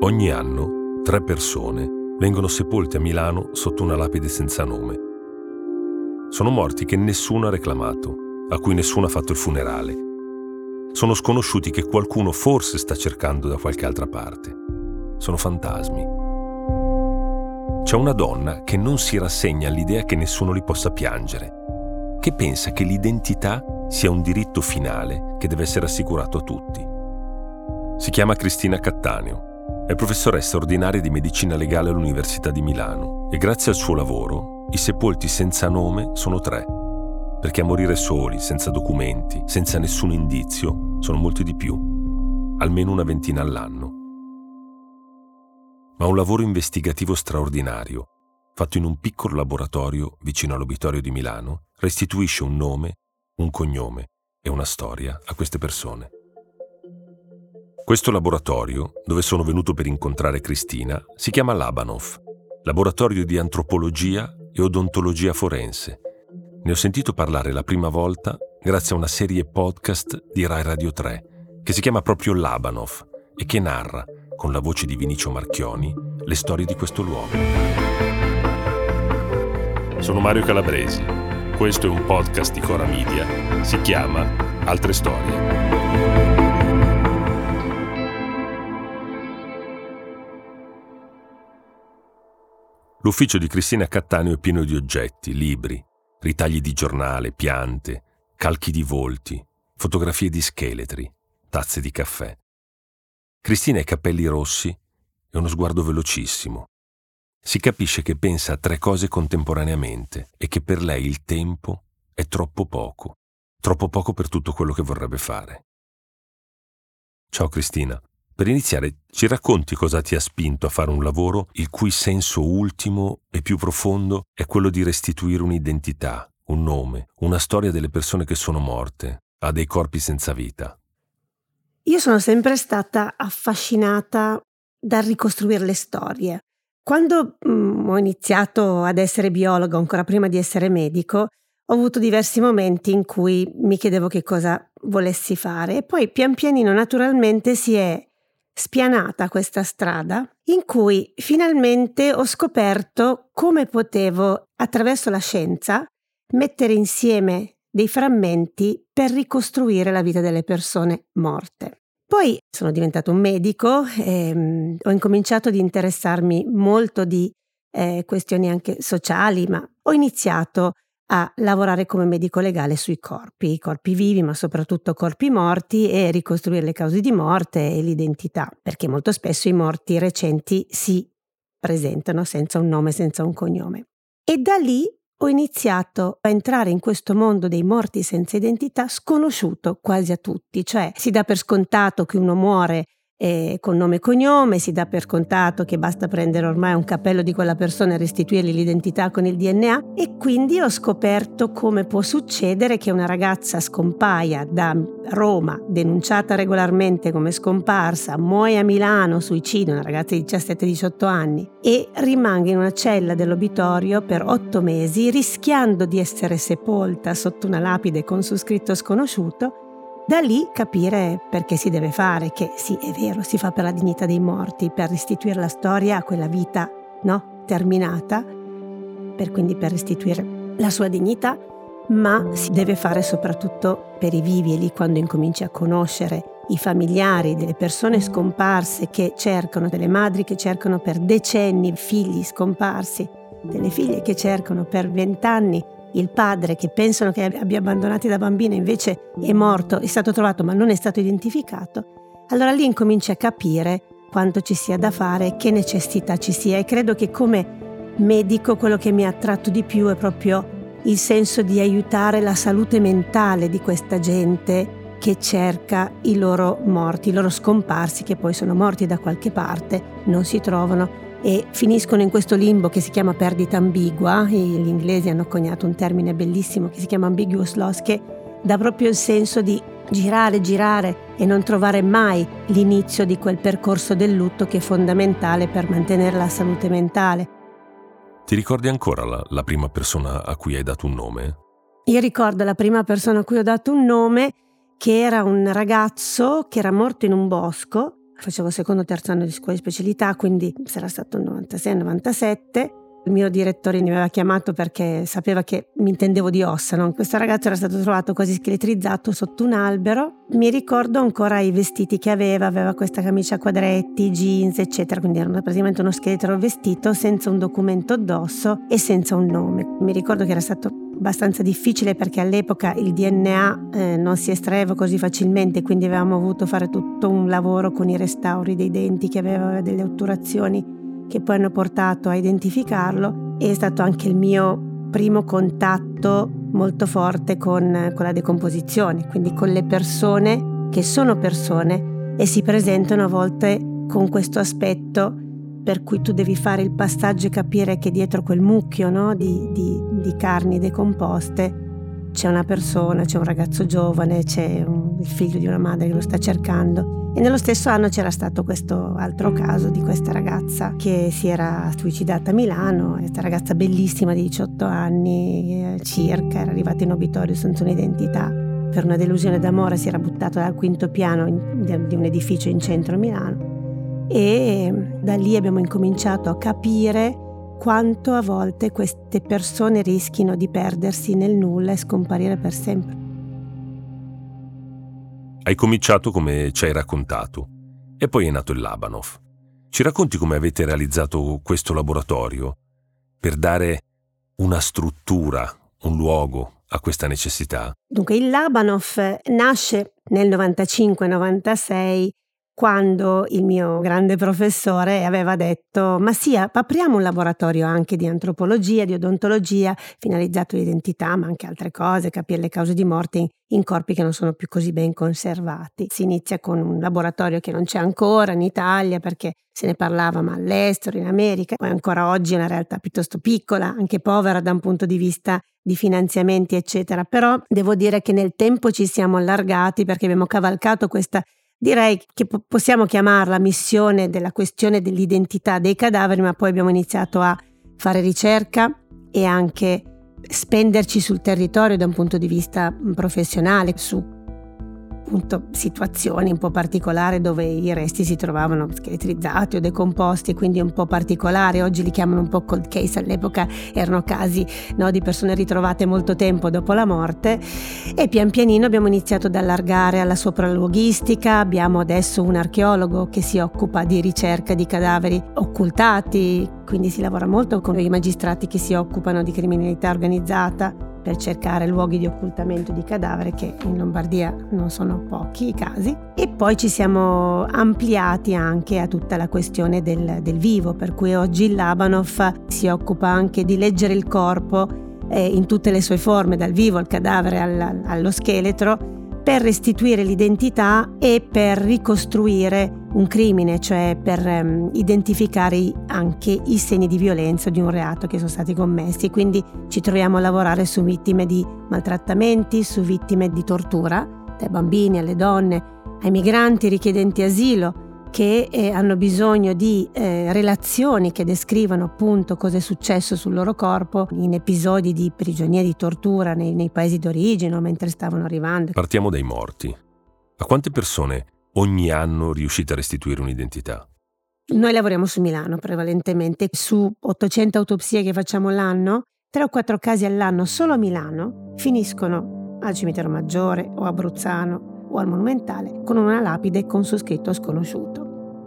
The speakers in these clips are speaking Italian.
Ogni anno 3 persone vengono sepolte a Milano sotto una lapide senza nome. Sono morti che nessuno ha reclamato, a cui nessuno ha fatto il funerale. Sono sconosciuti che qualcuno forse sta cercando da qualche altra parte. Sono fantasmi. C'è una donna che non si rassegna all'idea che nessuno li possa piangere, che pensa che l'identità sia un diritto finale che deve essere assicurato a tutti. Si chiama Cristina Cattaneo. È professoressa ordinaria di medicina legale all'Università di Milano e grazie al suo lavoro i sepolti senza nome sono 3, perché a morire soli, senza documenti, senza nessun indizio, sono molti di più, almeno una ventina all'anno. Ma un lavoro investigativo straordinario, fatto in un piccolo laboratorio vicino all'Obitorio di Milano, restituisce un nome, un cognome e una storia a queste persone. Questo laboratorio, dove sono venuto per incontrare Cristina, si chiama Labanov, laboratorio di antropologia e odontologia forense. Ne ho sentito parlare la prima volta grazie a una serie podcast di Rai Radio 3, che si chiama proprio Labanov e che narra, con la voce di Vinicio Marchioni, le storie di questo luogo. Sono Mario Calabresi. Questo è un podcast di Cora Media. Si chiama Altre Storie. L'ufficio di Cristina Cattaneo è pieno di oggetti, libri, ritagli di giornale, piante, calchi di volti, fotografie di scheletri, tazze di caffè. Cristina ha i capelli rossi e uno sguardo velocissimo. Si capisce che pensa a 3 cose contemporaneamente e che per lei il tempo è troppo poco per tutto quello che vorrebbe fare. Ciao Cristina. Per iniziare, ci racconti cosa ti ha spinto a fare un lavoro il cui senso ultimo e più profondo è quello di restituire un'identità, un nome, una storia delle persone che sono morte, a dei corpi senza vita? Io sono sempre stata affascinata dal ricostruire le storie. Quando ho iniziato ad essere biologa, ancora prima di essere medico, ho avuto diversi momenti in cui mi chiedevo che cosa volessi fare e poi pian pianino naturalmente si è spianata questa strada in cui finalmente ho scoperto come potevo, attraverso la scienza, mettere insieme dei frammenti per ricostruire la vita delle persone morte. Poi sono diventato un medico e ho incominciato ad interessarmi molto di questioni anche sociali, ma ho iniziato a lavorare come medico legale sui corpi vivi, ma soprattutto corpi morti, e ricostruire le cause di morte e l'identità, perché molto spesso i morti recenti si presentano senza un nome, senza un cognome. E da lì ho iniziato a entrare in questo mondo dei morti senza identità sconosciuto quasi a tutti, cioè si dà per scontato che uno muore con nome e cognome, si dà per scontato che basta prendere ormai un cappello di quella persona e restituirgli l'identità con il DNA, e quindi ho scoperto come può succedere che una ragazza scompaia da Roma, denunciata regolarmente come scomparsa, muoia a Milano, suicidio, una ragazza di 17-18 anni, e rimanga in una cella dell'obitorio per 8 mesi rischiando di essere sepolta sotto una lapide con su scritto sconosciuto. Da lì capire perché si deve fare, che sì, è vero, si fa per la dignità dei morti, per restituire la storia a quella vita, terminata, quindi per restituire la sua dignità, ma si deve fare soprattutto per i vivi. E lì quando incominci a conoscere i familiari delle persone scomparse che cercano, delle madri che cercano per decenni figli scomparsi, delle figlie che cercano per 20 anni il padre che pensano che abbia abbandonati da bambina, invece è morto, è stato trovato ma non è stato identificato, allora lì incominci a capire quanto ci sia da fare, che necessità ci sia. E credo che come medico quello che mi ha attratto di più è proprio il senso di aiutare la salute mentale di questa gente che cerca i loro morti, i loro scomparsi, che poi sono morti da qualche parte, non si trovano e finiscono in questo limbo che si chiama perdita ambigua. Gli inglesi hanno coniato un termine bellissimo che si chiama ambiguous loss, che dà proprio il senso di girare e non trovare mai l'inizio di quel percorso del lutto che è fondamentale per mantenere la salute mentale. Ti ricordi ancora la prima persona a cui hai dato un nome? Io ricordo la prima persona a cui ho dato un nome, che era un ragazzo che era morto in un bosco facevo secondo o terzo anno di scuola di specialità, quindi sarà stato il 96-97. Il mio direttore mi aveva chiamato perché sapeva che mi intendevo di ossa, no? Questo ragazzo era stato trovato quasi scheletrizzato sotto un albero. Mi ricordo ancora i vestiti che aveva questa camicia a quadretti, jeans, eccetera, quindi era praticamente uno scheletro vestito senza un documento addosso e senza un nome. Mi ricordo che era stato abbastanza difficile perché all'epoca il DNA non si estraeva così facilmente, quindi avevamo avuto fare tutto un lavoro con i restauri dei denti che aveva delle otturazioni che poi hanno portato a identificarlo, e è stato anche il mio primo contatto molto forte con la decomposizione, quindi con le persone che sono persone e si presentano a volte con questo aspetto per cui tu devi fare il passaggio e capire che dietro quel mucchio, no, di carni decomposte c'è una persona, c'è un ragazzo giovane, c'è il figlio di una madre che lo sta cercando. E nello stesso anno c'era stato questo altro caso di questa ragazza che si era suicidata a Milano, questa ragazza bellissima di 18 anni circa, era arrivata in obitorio senza un'identità. Per una delusione d'amore si era buttata dal quinto piano di un edificio in centro a Milano, e da lì abbiamo incominciato a capire quanto a volte queste persone rischino di perdersi nel nulla e scomparire per sempre. Hai cominciato come ci hai raccontato e poi è nato il Labanov. Ci racconti come avete realizzato questo laboratorio per dare una struttura, un luogo a questa necessità? Dunque il Labanov nasce nel 95-96, quando il mio grande professore aveva detto: ma sì, apriamo un laboratorio anche di antropologia, di odontologia, finalizzato all'identità, ma anche altre cose, capire le cause di morte in corpi che non sono più così ben conservati. Si inizia con un laboratorio che non c'è ancora in Italia perché se ne parlava, ma all'estero, in America. Poi ancora oggi è una realtà piuttosto piccola, anche povera da un punto di vista di finanziamenti, eccetera. Però devo dire che nel tempo ci siamo allargati perché abbiamo cavalcato questa, direi che possiamo chiamarla missione della questione dell'identità dei cadaveri, ma poi abbiamo iniziato a fare ricerca e anche spenderci sul territorio da un punto di vista professionale, su appunto situazioni un po' particolari dove i resti si trovavano scheletrizzati o decomposti, quindi un po' particolari. Oggi li chiamano un po' cold case, all'epoca erano casi, no, di persone ritrovate molto tempo dopo la morte, e pian pianino abbiamo iniziato ad allargare alla sopraluoghistica. Abbiamo adesso un archeologo che si occupa di ricerca di cadaveri occultati, quindi si lavora molto con i magistrati che si occupano di criminalità organizzata per cercare luoghi di occultamento di cadavere, che in Lombardia non sono pochi i casi. E poi ci siamo ampliati anche a tutta la questione del vivo, per cui oggi il Labanov si occupa anche di leggere il corpo in tutte le sue forme, dal vivo al cadavere allo scheletro, per restituire l'identità e per ricostruire un crimine, cioè per identificare anche i segni di violenza di un reato che sono stati commessi. Quindi ci troviamo a lavorare su vittime di maltrattamenti, su vittime di tortura, dai bambini alle donne, ai migranti richiedenti asilo, che hanno bisogno di relazioni che descrivano appunto cosa è successo sul loro corpo in episodi di prigionia, di tortura nei paesi d'origine o mentre stavano arrivando. Partiamo dai morti. A quante persone ogni anno riuscite a restituire un'identità? Noi lavoriamo su Milano prevalentemente. Su 800 autopsie che facciamo l'anno, 3 o 4 casi all'anno solo a Milano finiscono al cimitero Maggiore o a Bruzzano o al Monumentale con una lapide con su scritto sconosciuto.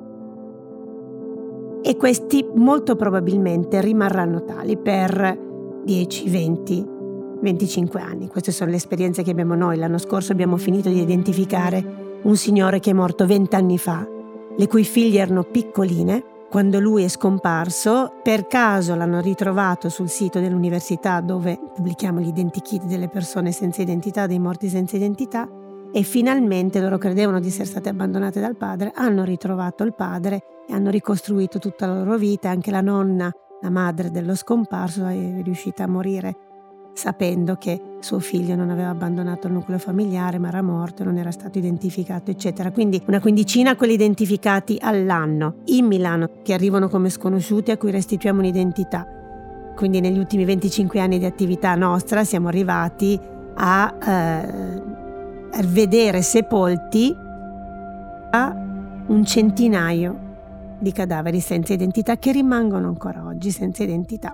E questi molto probabilmente rimarranno tali per 10, 20, 25 anni. Queste sono le esperienze che abbiamo noi. L'anno scorso abbiamo finito di identificare un signore che è morto 20 anni fa, le cui figlie erano piccoline quando lui è scomparso. Per caso l'hanno ritrovato sul sito dell'università dove pubblichiamo gli identikit delle persone senza identità, dei morti senza identità, e finalmente loro credevano di essere state abbandonate dal padre, hanno ritrovato il padre e hanno ricostruito tutta la loro vita. Anche la nonna, la madre dello scomparso, è riuscita a morire sapendo che suo figlio non aveva abbandonato il nucleo familiare ma era morto, non era stato identificato, eccetera. Quindi una quindicina quelli identificati all'anno in Milano, che arrivano come sconosciuti, a cui restituiamo un'identità. Quindi negli ultimi 25 anni di attività nostra siamo arrivati a vedere sepolti un centinaio di cadaveri senza identità che rimangono ancora oggi senza identità.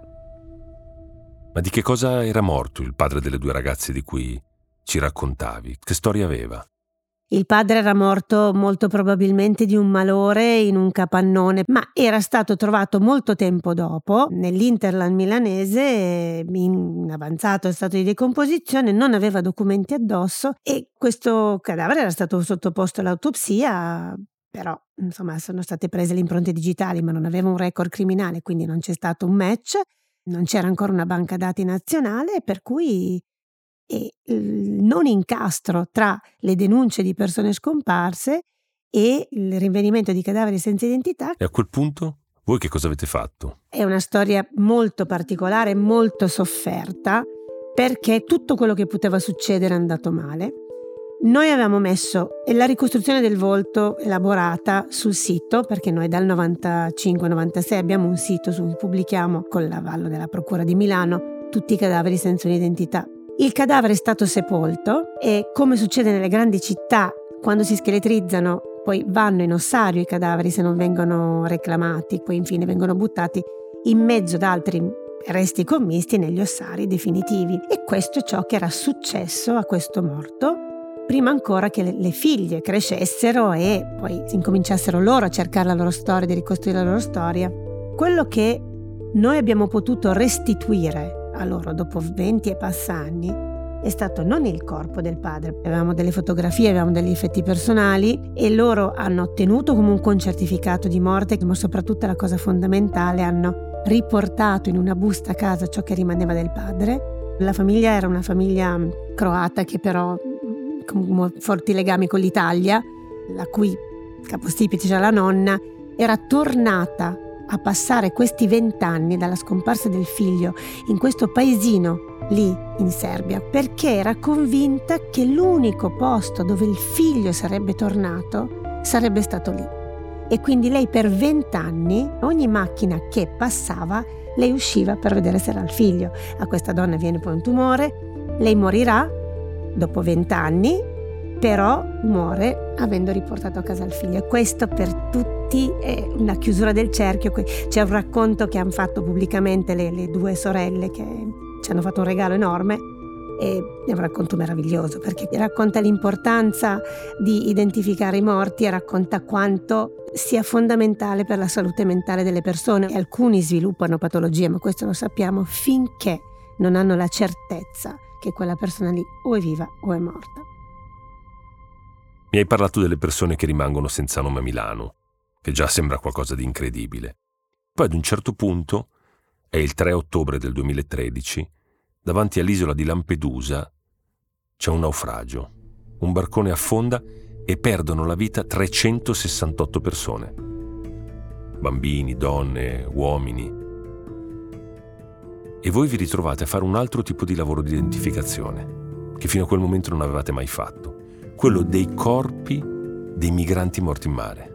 Ma di che cosa era morto il padre delle 2 ragazze di cui ci raccontavi? Che storia aveva? Il padre era morto molto probabilmente di un malore in un capannone, ma era stato trovato molto tempo dopo nell'Interland milanese in avanzato stato di decomposizione, non aveva documenti addosso e questo cadavere era stato sottoposto all'autopsia, però insomma sono state prese le impronte digitali, ma non aveva un record criminale, quindi non c'è stato un match, non c'era ancora una banca dati nazionale, per cui il non incastro tra le denunce di persone scomparse e il rinvenimento di cadaveri senza identità. E a quel punto voi che cosa avete fatto? È una storia molto particolare, molto sofferta, perché tutto quello che poteva succedere è andato male. Noi avevamo messo la ricostruzione del volto elaborata sul sito, perché noi dal 95-96 abbiamo un sito su cui pubblichiamo con l'avallo della Procura di Milano tutti i cadaveri senza un'identità. Il cadavere è stato sepolto e, come succede nelle grandi città, quando si scheletrizzano poi vanno in ossario i cadaveri se non vengono reclamati, poi infine vengono buttati in mezzo ad altri resti commisti negli ossari definitivi. E questo è ciò che era successo a questo morto, prima ancora che le figlie crescessero e poi si incominciassero loro a cercare la loro storia, di ricostruire la loro storia. Quello che noi abbiamo potuto restituire a loro dopo 20 e passa anni è stato non il corpo del padre, avevamo delle fotografie, avevamo degli effetti personali e loro hanno ottenuto comunque un certificato di morte, ma soprattutto la cosa fondamentale, hanno riportato in una busta a casa ciò che rimaneva del padre. La famiglia era una famiglia croata che però con forti legami con l'Italia, la cui capostipite, cioè la nonna, era tornata a passare questi 20 anni dalla scomparsa del figlio in questo paesino lì in Serbia, perché era convinta che l'unico posto dove il figlio sarebbe tornato sarebbe stato lì. E quindi lei per 20 anni, ogni macchina che passava, lei usciva per vedere se era il figlio. A questa donna viene poi un tumore, lei morirà dopo 20 anni, però muore avendo riportato a casa il figlio. E questo per tutti è una chiusura del cerchio. C'è un racconto che hanno fatto pubblicamente le 2 sorelle che ci hanno fatto un regalo enorme e è un racconto meraviglioso perché racconta l'importanza di identificare i morti e racconta quanto sia fondamentale per la salute mentale delle persone. E alcuni sviluppano patologie, ma questo lo sappiamo, finché non hanno la certezza che quella persona lì o è viva o è morta. Mi hai parlato delle persone che rimangono senza nome a Milano, che già sembra qualcosa di incredibile. Poi ad un certo punto, è il 3 ottobre del 2013, davanti all'isola di Lampedusa c'è un naufragio. Un barcone affonda e perdono la vita 368 persone. Bambini, donne, uomini. E voi vi ritrovate a fare un altro tipo di lavoro di identificazione, che fino a quel momento non avevate mai fatto. Quello dei corpi dei migranti morti in mare.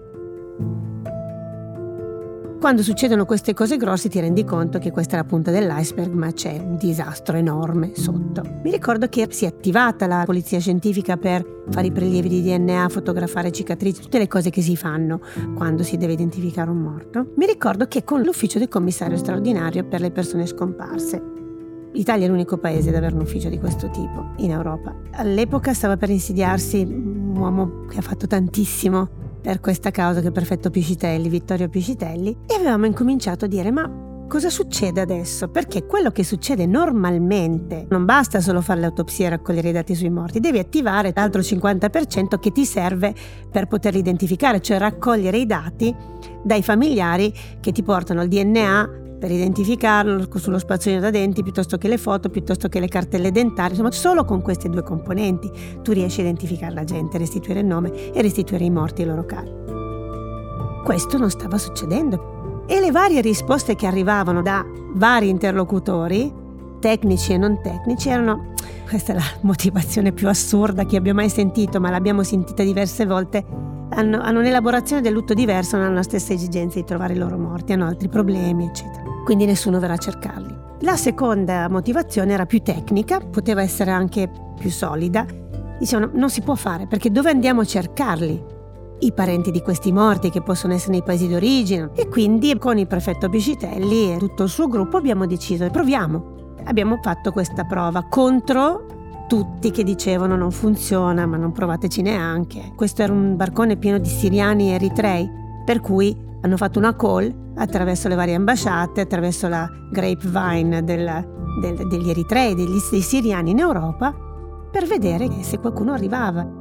Quando succedono queste cose grosse ti rendi conto che questa è la punta dell'iceberg, ma c'è un disastro enorme sotto. Mi ricordo che si è attivata la polizia scientifica per fare i prelievi di DNA, fotografare cicatrici, tutte le cose che si fanno quando si deve identificare un morto. Mi ricordo che con l'ufficio del commissario straordinario per le persone scomparse, l'Italia è l'unico paese ad avere un ufficio di questo tipo in Europa. All'epoca stava per insediarsi un uomo che ha fatto tantissimo per questa causa, che è Perfetto Piscitelli, Vittorio Piscitelli, e avevamo incominciato a dire: ma cosa succede adesso? Perché quello che succede normalmente non basta solo fare l'autopsia e raccogliere i dati sui morti, devi attivare l'altro 50% che ti serve per poterli identificare, cioè raccogliere i dati dai familiari che ti portano il DNA per identificarlo sullo spazzolino da denti, piuttosto che le foto, piuttosto che le cartelle dentarie. Insomma, solo con queste 2 componenti tu riesci a identificare la gente, restituire il nome e restituire i morti ai loro cari. Questo non stava succedendo. E le varie risposte che arrivavano da vari interlocutori, tecnici e non tecnici, erano: questa è la motivazione più assurda che abbia mai sentito, ma l'abbiamo sentita diverse volte. Hanno un'elaborazione del lutto diversa, non hanno la stessa esigenza di trovare i loro morti, hanno altri problemi, eccetera. Quindi nessuno verrà a cercarli. La seconda motivazione era più tecnica, poteva essere anche più solida. Dicevano: non si può fare, perché dove andiamo a cercarli? i parenti di questi morti che possono essere nei paesi d'origine, e quindi con il prefetto Piscitelli e tutto il suo gruppo abbiamo deciso proviamo. Abbiamo fatto questa prova contro tutti che dicevano non funziona, ma non provateci neanche. Questo era un barcone pieno di siriani e eritrei, per cui hanno fatto una call attraverso le varie ambasciate, attraverso la grapevine degli eritrei, dei siriani in Europa, per vedere se qualcuno arrivava.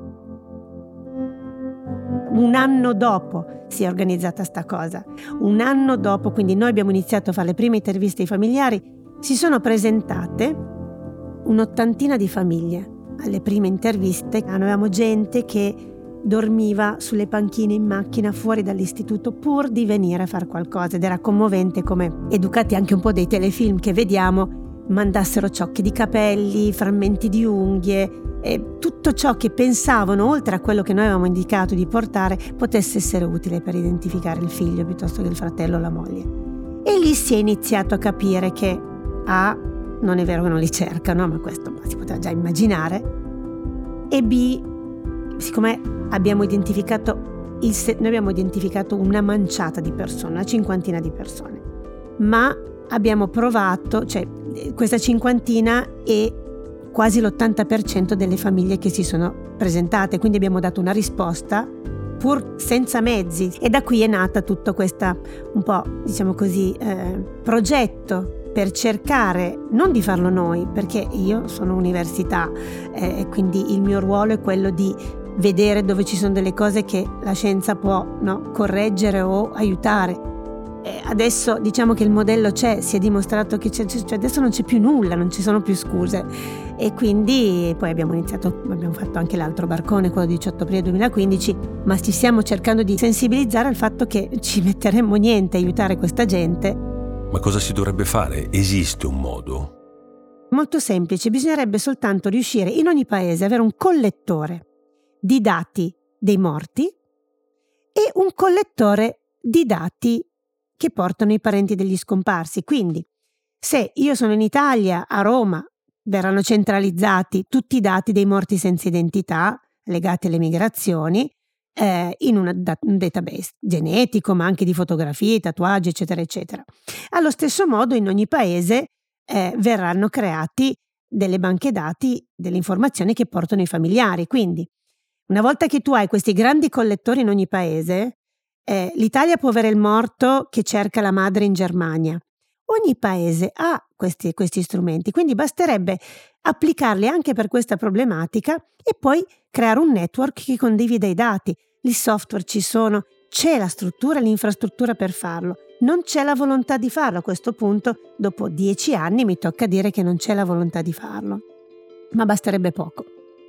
Un anno dopo si è organizzata sta cosa. Un anno dopo, quindi noi abbiamo iniziato a fare le prime interviste ai familiari, si sono presentate un'ottantina di famiglie alle prime interviste. Avevamo gente che dormiva sulle panchine in macchina fuori dall'istituto pur di venire a fare qualcosa, ed era commovente come, educati anche un po' dei telefilm che vediamo, mandassero ciocche di capelli, frammenti di unghie e tutto ciò che pensavano, oltre a quello che noi avevamo indicato di portare, potesse essere utile per identificare il figlio piuttosto che il fratello o la moglie. E lì si è iniziato a capire che non è vero che non li cercano, ma questo si poteva già immaginare, e B, siccome noi abbiamo identificato una manciata di persone, una cinquantina di persone, ma abbiamo provato, cioè questa cinquantina è quasi l'80% delle famiglie che si sono presentate, quindi abbiamo dato una risposta pur senza mezzi, e da qui è nata tutta questa un po', diciamo così, progetto per cercare non di farlo noi, perché io sono università e quindi il mio ruolo è quello di vedere dove ci sono delle cose che la scienza può correggere o aiutare. Adesso diciamo che il modello c'è, si è dimostrato che c'è, adesso non c'è più nulla, non ci sono più scuse, e quindi poi abbiamo fatto anche l'altro barcone, quello 18 aprile 2015, ma ci stiamo cercando di sensibilizzare al fatto che ci metteremmo niente a aiutare questa gente. Ma cosa si dovrebbe fare? Esiste un modo? Molto semplice, bisognerebbe soltanto riuscire in ogni paese ad avere un collettore di dati dei morti e un collettore di dati che portano i parenti degli scomparsi. Quindi, se io sono in Italia, a Roma, verranno centralizzati tutti i dati dei morti senza identità legati alle migrazioni in un database genetico, ma anche di fotografie, tatuaggi, eccetera, eccetera. Allo stesso modo, in ogni paese verranno creati delle banche dati delle informazioni che portano i familiari. Quindi, una volta che tu hai questi grandi collettori in ogni paese, l'Italia può avere il morto che cerca la madre in Germania. Ogni paese ha questi strumenti, quindi basterebbe applicarli anche per questa problematica e poi creare un network che condivida i dati. Il software ci sono, c'è la struttura, l'infrastruttura per farlo. Non c'è la volontà di farlo. A questo punto, dopo 10 anni, mi tocca dire che non c'è la volontà di farlo. Ma basterebbe poco.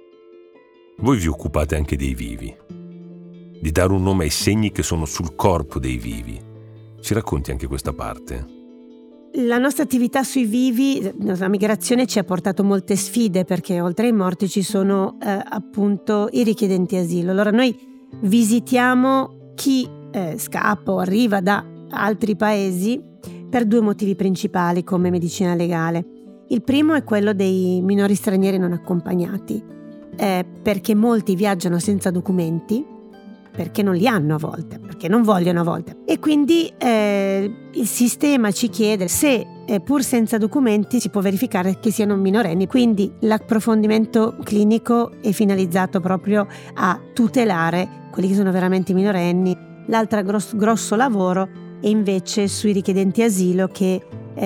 Voi vi occupate anche dei vivi, di dare un nome ai segni che sono sul corpo dei vivi. Ci racconti anche questa parte? La nostra attività sui vivi, la migrazione ci ha portato molte sfide, perché oltre ai morti ci sono appunto i richiedenti asilo. Allora noi visitiamo chi scappa o arriva da altri paesi per 2 motivi principali come medicina legale. Il primo è quello dei minori stranieri non accompagnati, perché molti viaggiano senza documenti, perché non li hanno a volte, perché non vogliono a volte, e quindi il sistema ci chiede se pur senza documenti si può verificare che siano minorenni, quindi l'approfondimento clinico è finalizzato proprio a tutelare quelli che sono veramente minorenni. L'altro grosso lavoro è invece sui richiedenti asilo che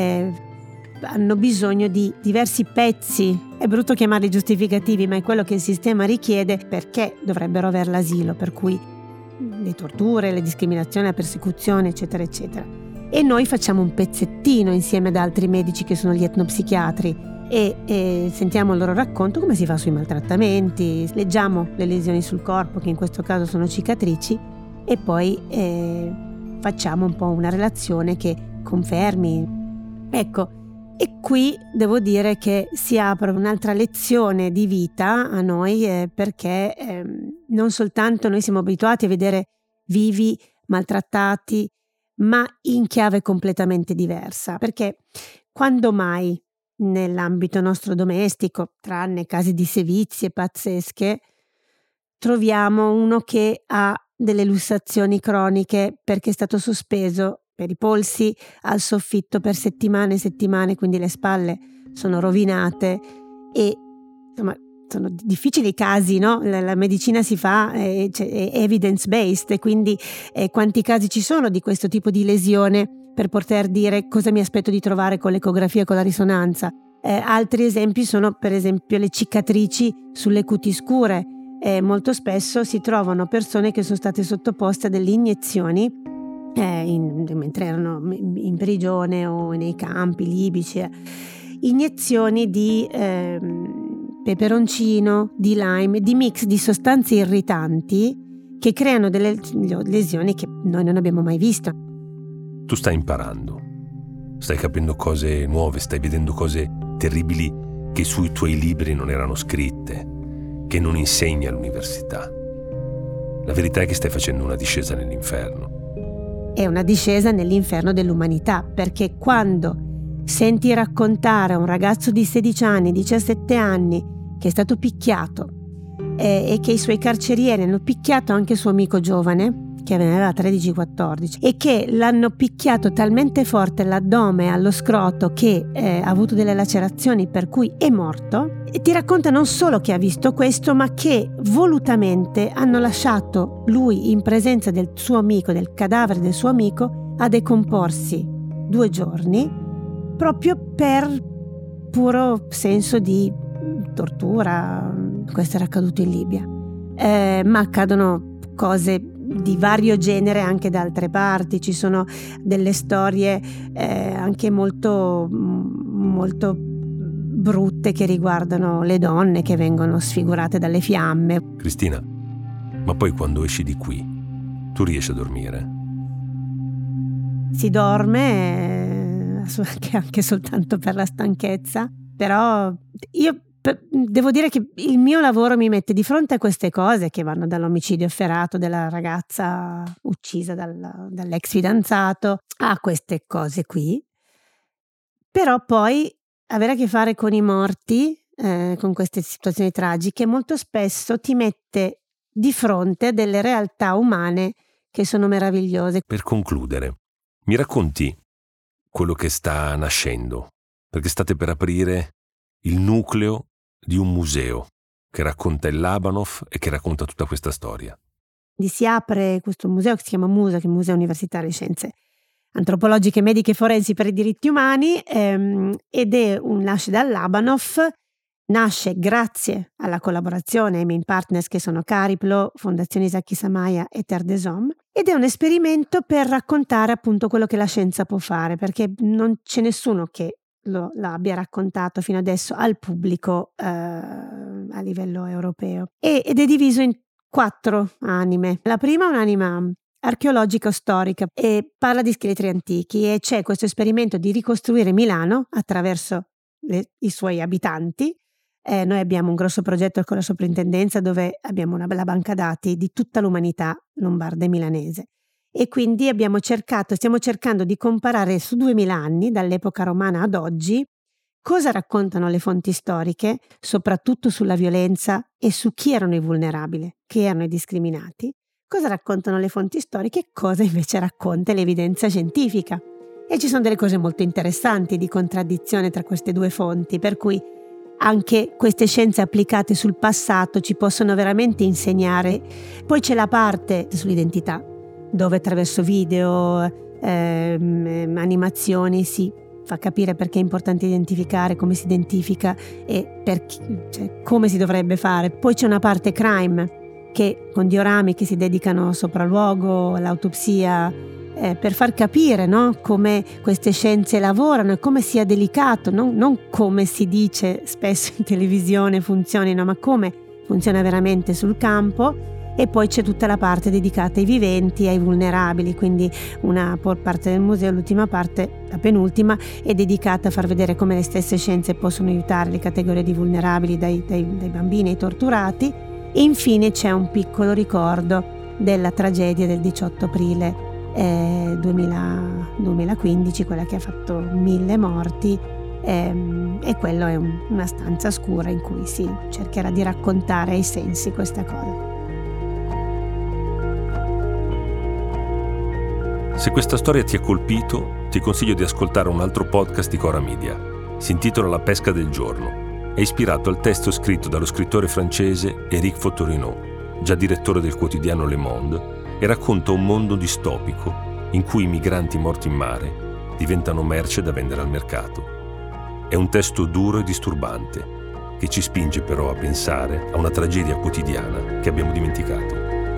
hanno bisogno di diversi pezzi, è brutto chiamarli giustificativi, ma è quello che il sistema richiede perché dovrebbero avere l'asilo, per cui le torture, le discriminazioni, la persecuzione, eccetera, eccetera. E noi facciamo un pezzettino insieme ad altri medici che sono gli etnopsichiatri e sentiamo il loro racconto, come si fa sui maltrattamenti, leggiamo le lesioni sul corpo, che in questo caso sono cicatrici, e poi facciamo un po' una relazione che confermi. Ecco, e qui devo dire che si apre un'altra lezione di vita a noi, perché non soltanto noi siamo abituati a vedere vivi maltrattati, ma in chiave completamente diversa, perché quando mai nell'ambito nostro domestico, tranne casi di sevizie pazzesche, troviamo uno che ha delle lussazioni croniche perché è stato sospeso per i polsi al soffitto per settimane e settimane, quindi le spalle sono rovinate e insomma sono difficili i casi, no? La medicina si fa è evidence based, e quindi quanti casi ci sono di questo tipo di lesione per poter dire cosa mi aspetto di trovare con l'ecografia e con la risonanza. Altri esempi sono per esempio le cicatrici sulle cuti scure. Molto spesso si trovano persone che sono state sottoposte a delle iniezioni mentre erano in prigione o nei campi libici, iniezioni di peperoncino, di lime, di mix di sostanze irritanti che creano delle lesioni che noi non abbiamo mai visto. Tu stai imparando, stai capendo cose nuove, stai vedendo cose terribili che sui tuoi libri non erano scritte, che non insegni all'università. La verità è che stai facendo una discesa nell'inferno. È una discesa nell'inferno dell'umanità, perché quando senti raccontare a un ragazzo di 16 anni, 17 anni, che è stato picchiato e che i suoi carcerieri hanno picchiato anche il suo amico giovane, che aveva 13-14, e che l'hanno picchiato talmente forte all'addome e allo scroto che ha avuto delle lacerazioni per cui è morto, e ti racconta non solo che ha visto questo, ma che volutamente hanno lasciato lui in presenza del suo amico, del cadavere del suo amico, a decomporsi 2 giorni, proprio per puro senso di tortura. Questo era accaduto in Libia, ma accadono cose di vario genere anche da altre parti. Ci sono delle storie anche molto brutte che riguardano le donne che vengono sfigurate dalle fiamme. Cristina, ma poi quando esci di qui, tu riesci a dormire? Si dorme anche soltanto per la stanchezza, però io devo dire che il mio lavoro mi mette di fronte a queste cose che vanno dall'omicidio efferato della ragazza uccisa dall'ex fidanzato a queste cose qui, però poi avere a che fare con i morti, con queste situazioni tragiche, molto spesso ti mette di fronte a delle realtà umane che sono meravigliose. Per concludere, mi racconti quello che sta nascendo, perché state per aprire il nucleo di un museo che racconta il Labanov e che racconta tutta questa storia. Si apre questo museo che si chiama MUSA, che è Museo Universitario di Scienze Antropologiche, Mediche e Forensi per i Diritti Umani, ed è nasce dal Labanov, nasce grazie alla collaborazione ai main partners che sono Cariplo, Fondazione Isaki Samaya e Terre des Hommes, ed è un esperimento per raccontare appunto quello che la scienza può fare, perché non c'è nessuno che l'abbia raccontato fino adesso al pubblico a livello europeo, ed è diviso in 4 anime. La prima è un'anima archeologica storica e parla di scheletri antichi, e c'è questo esperimento di ricostruire Milano attraverso i suoi abitanti. Noi abbiamo un grosso progetto con la soprintendenza dove abbiamo una bella banca dati di tutta l'umanità lombarda e milanese, e quindi stiamo cercando di comparare su 2000 anni, dall'epoca romana ad oggi, cosa raccontano le fonti storiche, soprattutto sulla violenza e su chi erano i vulnerabili, chi erano i discriminati, cosa raccontano le fonti storiche e cosa invece racconta l'evidenza scientifica. E ci sono delle cose molto interessanti di contraddizione tra queste 2 fonti, per cui anche queste scienze applicate sul passato ci possono veramente insegnare. Poi c'è la parte sull'identità, dove attraverso video, animazioni si fa capire perché è importante identificare, come si identifica e come si dovrebbe fare. Poi c'è una parte crime, che con diorami che si dedicano al sopralluogo, all'autopsia, per far capire, no, come queste scienze lavorano e come sia delicato, non come si dice spesso in televisione funzionino, ma come funziona veramente sul campo. E poi c'è tutta la parte dedicata ai viventi e ai vulnerabili, quindi una parte del museo, l'ultima parte, la penultima, è dedicata a far vedere come le stesse scienze possono aiutare le categorie di vulnerabili, dai bambini ai torturati. E infine c'è un piccolo ricordo della tragedia del 18 aprile 2015, quella che ha fatto 1000 morti, e quello è una stanza scura in cui si cercherà di raccontare ai sensi questa cosa. Se questa storia ti ha colpito, ti consiglio di ascoltare un altro podcast di Cora Media. Si intitola La pesca del giorno. È ispirato al testo scritto dallo scrittore francese Éric Fotorineau, già direttore del quotidiano Le Monde, e racconta un mondo distopico in cui i migranti morti in mare diventano merce da vendere al mercato. È un testo duro e disturbante, che ci spinge però a pensare a una tragedia quotidiana che abbiamo dimenticato.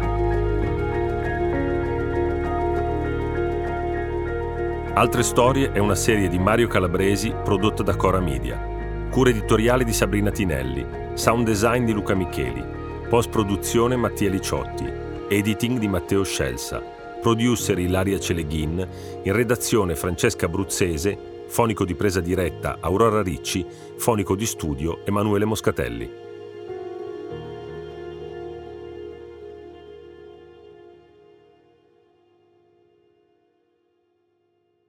Altre storie è una serie di Mario Calabresi prodotta da Cora Media. Cura editoriale di Sabrina Tinelli, sound design di Luca Micheli, post-produzione Mattia Liciotti, editing di Matteo Scelsa, producer Ilaria Celeghin, in redazione Francesca Bruzzese, fonico di presa diretta Aurora Ricci, fonico di studio Emanuele Moscatelli.